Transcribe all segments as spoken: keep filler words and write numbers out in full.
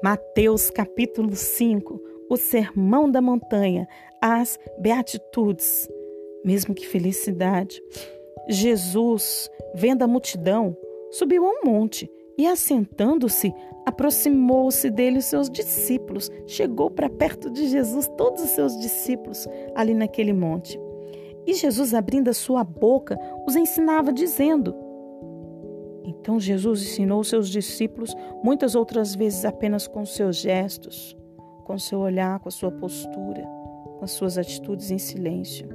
Mateus capítulo cinco, o Sermão da Montanha, as Beatitudes. Mesmo que felicidade. Jesus, vendo a multidão, subiu a um monte e, assentando-se, aproximou-se dele os seus discípulos. Chegou para perto de Jesus, todos os seus discípulos, ali naquele monte. E Jesus, abrindo a sua boca, os ensinava, dizendo... Então Jesus ensinou seus discípulos muitas outras vezes apenas com seus gestos, com seu olhar, com a sua postura, com as suas atitudes em silêncio.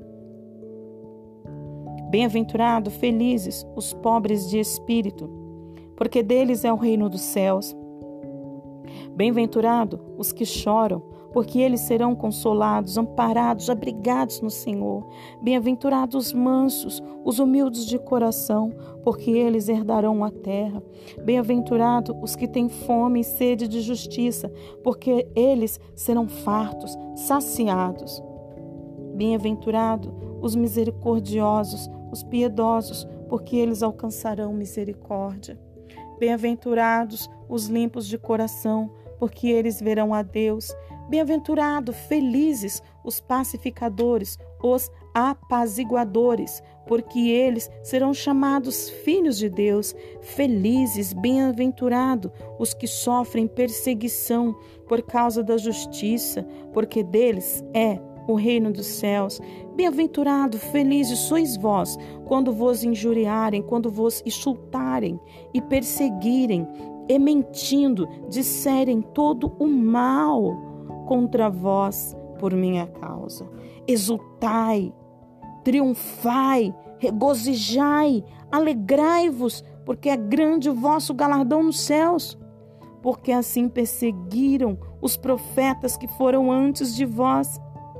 Bem-aventurados, felizes, os pobres de espírito, porque deles é o reino dos céus. Bem-aventurados os que choram, porque eles serão consolados, amparados, abrigados no Senhor. Bem-aventurados os mansos, os humildes de coração, porque eles herdarão a terra. Bem-aventurados os que têm fome e sede de justiça, porque eles serão fartos, saciados. Bem-aventurados os misericordiosos, os piedosos, porque eles alcançarão misericórdia. Bem-aventurados os limpos de coração, porque eles verão a Deus. Bem-aventurados, felizes, os pacificadores, os apaziguadores, porque eles serão chamados filhos de Deus. Felizes, bem-aventurados, os que sofrem perseguição por causa da justiça, porque deles é o reino dos céus. Bem-aventurado, felizes sois vós, quando vos injuriarem, quando vos insultarem e perseguirem, e mentindo, disserem todo o mal contra vós por minha causa. Exultai, triunfai, regozijai, alegrai-vos, porque é grande o vosso galardão nos céus. Porque assim perseguiram os profetas que foram antes de vós.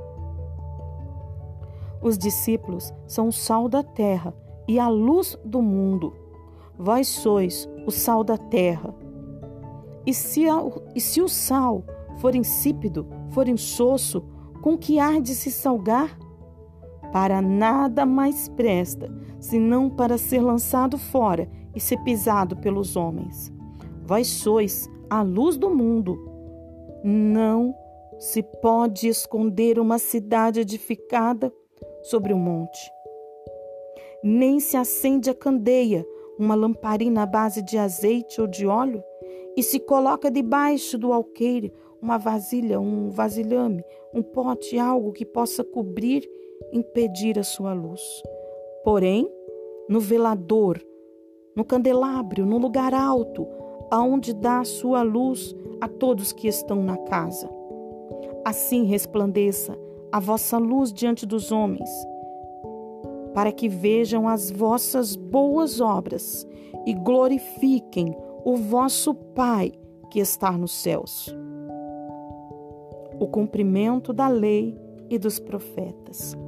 Os discípulos são o sal da terra e a luz do mundo. Vós sois o sal da terra. E se, a, e se o sal for insípido, for insosso, com que há de se salgar? Para nada mais presta, senão para ser lançado fora e ser pisado pelos homens. Vós sois a luz do mundo. Não se pode esconder uma cidade edificada sobre o monte. Nem se acende a candeia, uma lamparina à base de azeite ou de óleo, e se coloca debaixo do alqueire uma vasilha, um vasilhame, um pote, algo que possa cobrir, impedir a sua luz. Porém, no velador, no candelabro, no lugar alto, aonde dá a sua luz a todos que estão na casa. Assim resplandeça a vossa luz diante dos homens, para que vejam as vossas boas obras e glorifiquem o vosso Pai que está nos céus. O cumprimento da lei e dos profetas.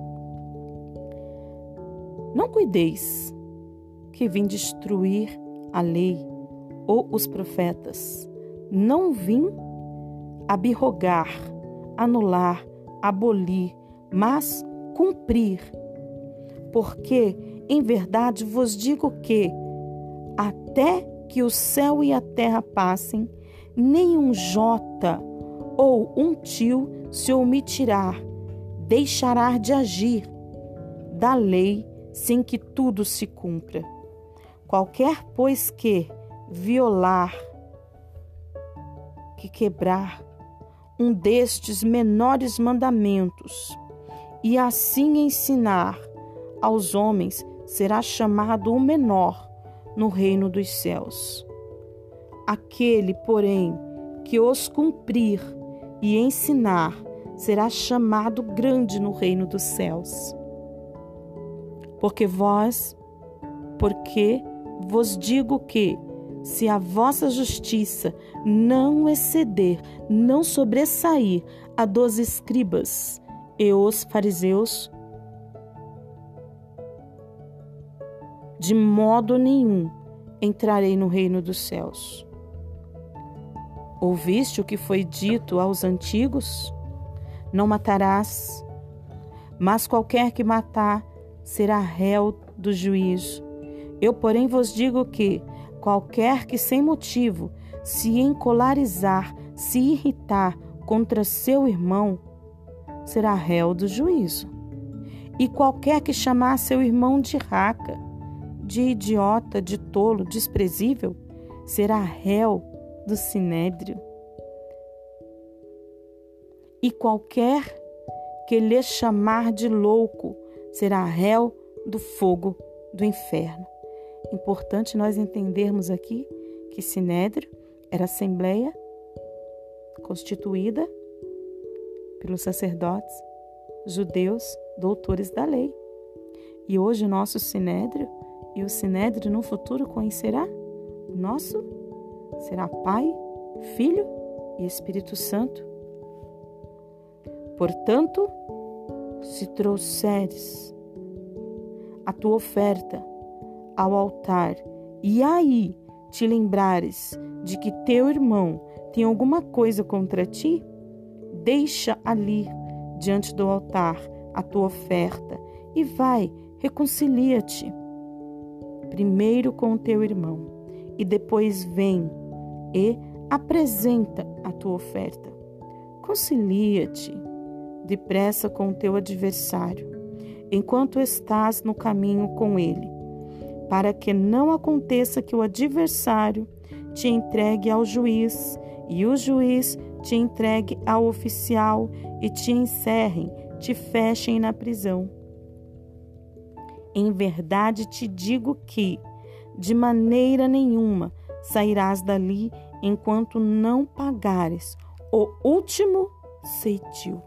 Não cuideis que vim destruir a lei ou os profetas. Não vim abrogar, anular, abolir, mas cumprir. Porque, em verdade, vos digo que, até que o céu e a terra passem, nem um jota ou um tio se omitirá, deixará de agir da lei sem que tudo se cumpra. Qualquer, pois, que violar, que quebrar um destes menores mandamentos e assim ensinar aos homens, será chamado o menor no reino dos céus. Aquele, porém, que os cumprir e ensinar, será chamado grande no reino dos céus. Porque vós, porque vos digo que, se a vossa justiça não exceder, não sobressair a dos escribas e os fariseus, de modo nenhum entrarei no reino dos céus. Ouviste o que foi dito aos antigos? Não matarás, mas qualquer que matar será réu do juízo. Eu, porém, vos digo que qualquer que sem motivo se encolarizar, se irritar contra seu irmão, será réu do juízo. E qualquer que chamar seu irmão de raca, de idiota, de tolo, desprezível, será réu do sinédrio. E qualquer que lhe chamar de louco, será réu do fogo do inferno. Importante nós entendermos aqui que sinédrio era a assembleia constituída pelos sacerdotes judeus, doutores da lei. E hoje o nosso sinédrio, e o sinédrio no futuro conhecerá o nosso, será Pai, Filho e Espírito Santo. Portanto, se trouxeres a tua oferta ao altar e aí te lembrares de que teu irmão tem alguma coisa contra ti, deixa ali diante do altar a tua oferta e vai, reconcilia-te primeiro com o teu irmão e depois vem e apresenta a tua oferta. Concilia-te depressa com o teu adversário, enquanto estás no caminho com ele, para que não aconteça que o adversário te entregue ao juiz e o juiz te entregue ao oficial e te encerrem, te fechem na prisão. Em verdade te digo que, de maneira nenhuma, sairás dali enquanto não pagares o último ceitil.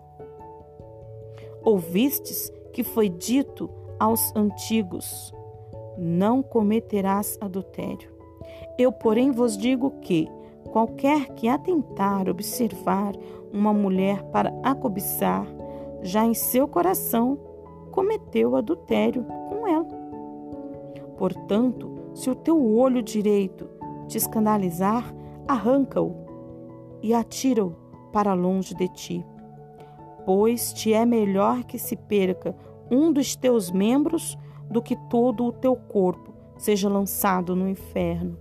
Ouvistes que foi dito aos antigos: não cometerás adultério. Eu, porém, vos digo que qualquer que atentar observar uma mulher para a cobiçar, já em seu coração cometeu adultério com ela. Portanto, se o teu olho direito te escandalizar, arranca-o e atira-o para longe de ti, pois te é melhor que se perca um dos teus membros do que todo o teu corpo seja lançado no inferno.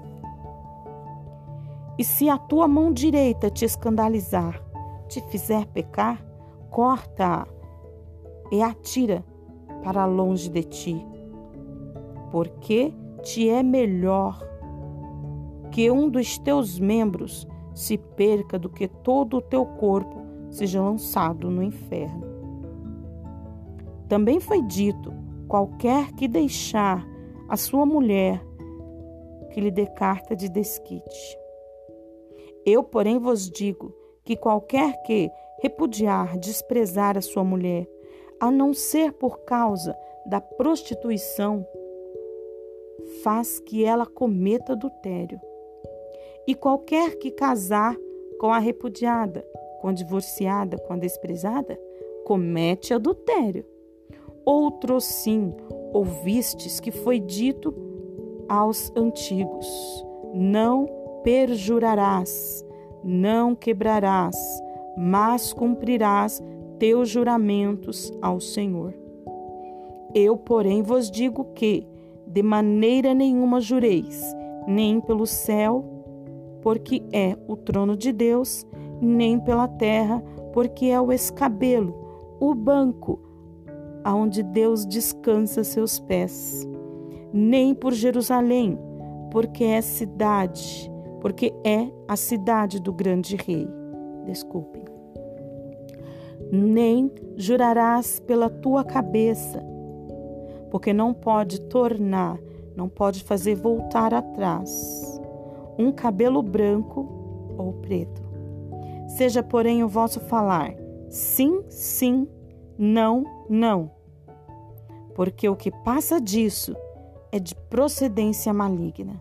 E se a tua mão direita te escandalizar, te fizer pecar, corta-a e atira para longe de ti, porque te é melhor que um dos teus membros se perca do que todo o teu corpo seja lançado no inferno. Também foi dito: qualquer que deixar a sua mulher, que lhe dê carta de desquite. Eu, porém, vos digo que qualquer que repudiar, desprezar a sua mulher, a não ser por causa da prostituição, faz que ela cometa adultério. E qualquer que casar com a repudiada, com a divorciada, com a desprezada, comete adultério. Outro sim, ouvistes que foi dito aos antigos: não perjurarás, não quebrarás, mas cumprirás teus juramentos ao Senhor. Eu, porém, vos digo que de maneira nenhuma jureis, nem pelo céu, porque é o trono de Deus, nem pela terra, porque é o escabelo, o banco, aonde Deus descansa seus pés, nem por Jerusalém, porque é cidade, porque é a cidade do grande rei. Desculpem. Nem jurarás pela tua cabeça, porque não pode tornar, não pode fazer voltar atrás um cabelo branco ou preto. Seja, porém, o vosso falar sim, sim, não, não, porque o que passa disso é de procedência maligna.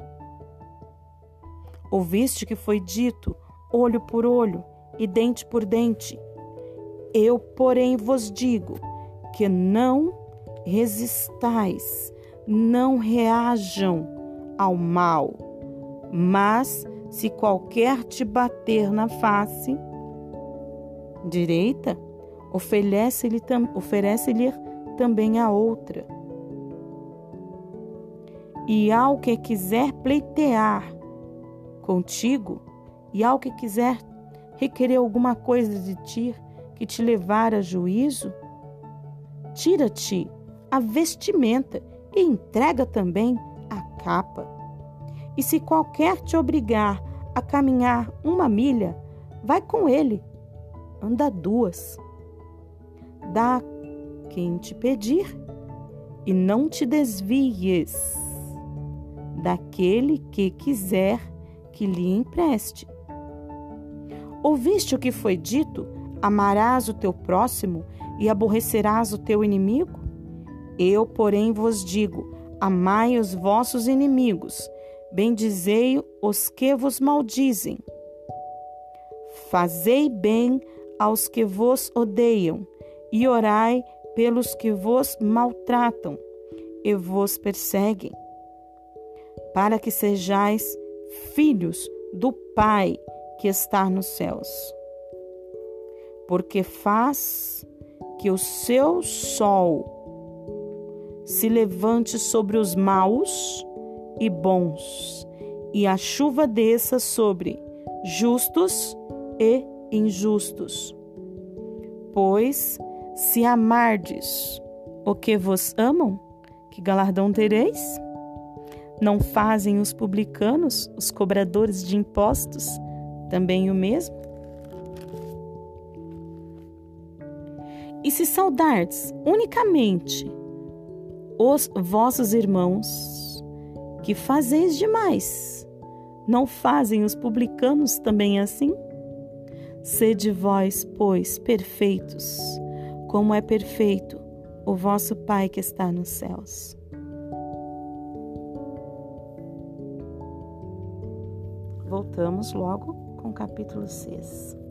Ouviste que foi dito olho por olho e dente por dente. Eu, porém, vos digo que não resistais, não reajam ao mal, mas se qualquer te bater na face direita, oferece-lhe oferece-lhe também a outra. E ao que quiser pleitear contigo, e ao que quiser requerer alguma coisa de ti que te levar a juízo, tira-te a vestimenta e entrega também a capa. E se qualquer te obrigar a caminhar uma milha, vai com ele, anda duas. Dá quem te pedir e não te desvies daquele que quiser que lhe empreste. Ouviste o que foi dito? Amarás o teu próximo e aborrecerás o teu inimigo? Eu, porém, vos digo, amai os vossos inimigos, bendizei os que vos maldizem. Fazei bem aos que vos odeiam, e orai pelos que vos maltratam e vos perseguem, para que sejais filhos do Pai que está nos céus. Porque faz que o seu sol se levante sobre os maus e bons, e a chuva desça sobre justos e injustos. Pois, se amardes o que vos amam, que galardão tereis? Não fazem os publicanos, os cobradores de impostos, também o mesmo? E se saudardes unicamente os vossos irmãos, que fazeis demais, não fazem os publicanos também assim? Sede vós, pois, perfeitos, como é perfeito o vosso Pai que está nos céus. Voltamos logo com o capítulo seis.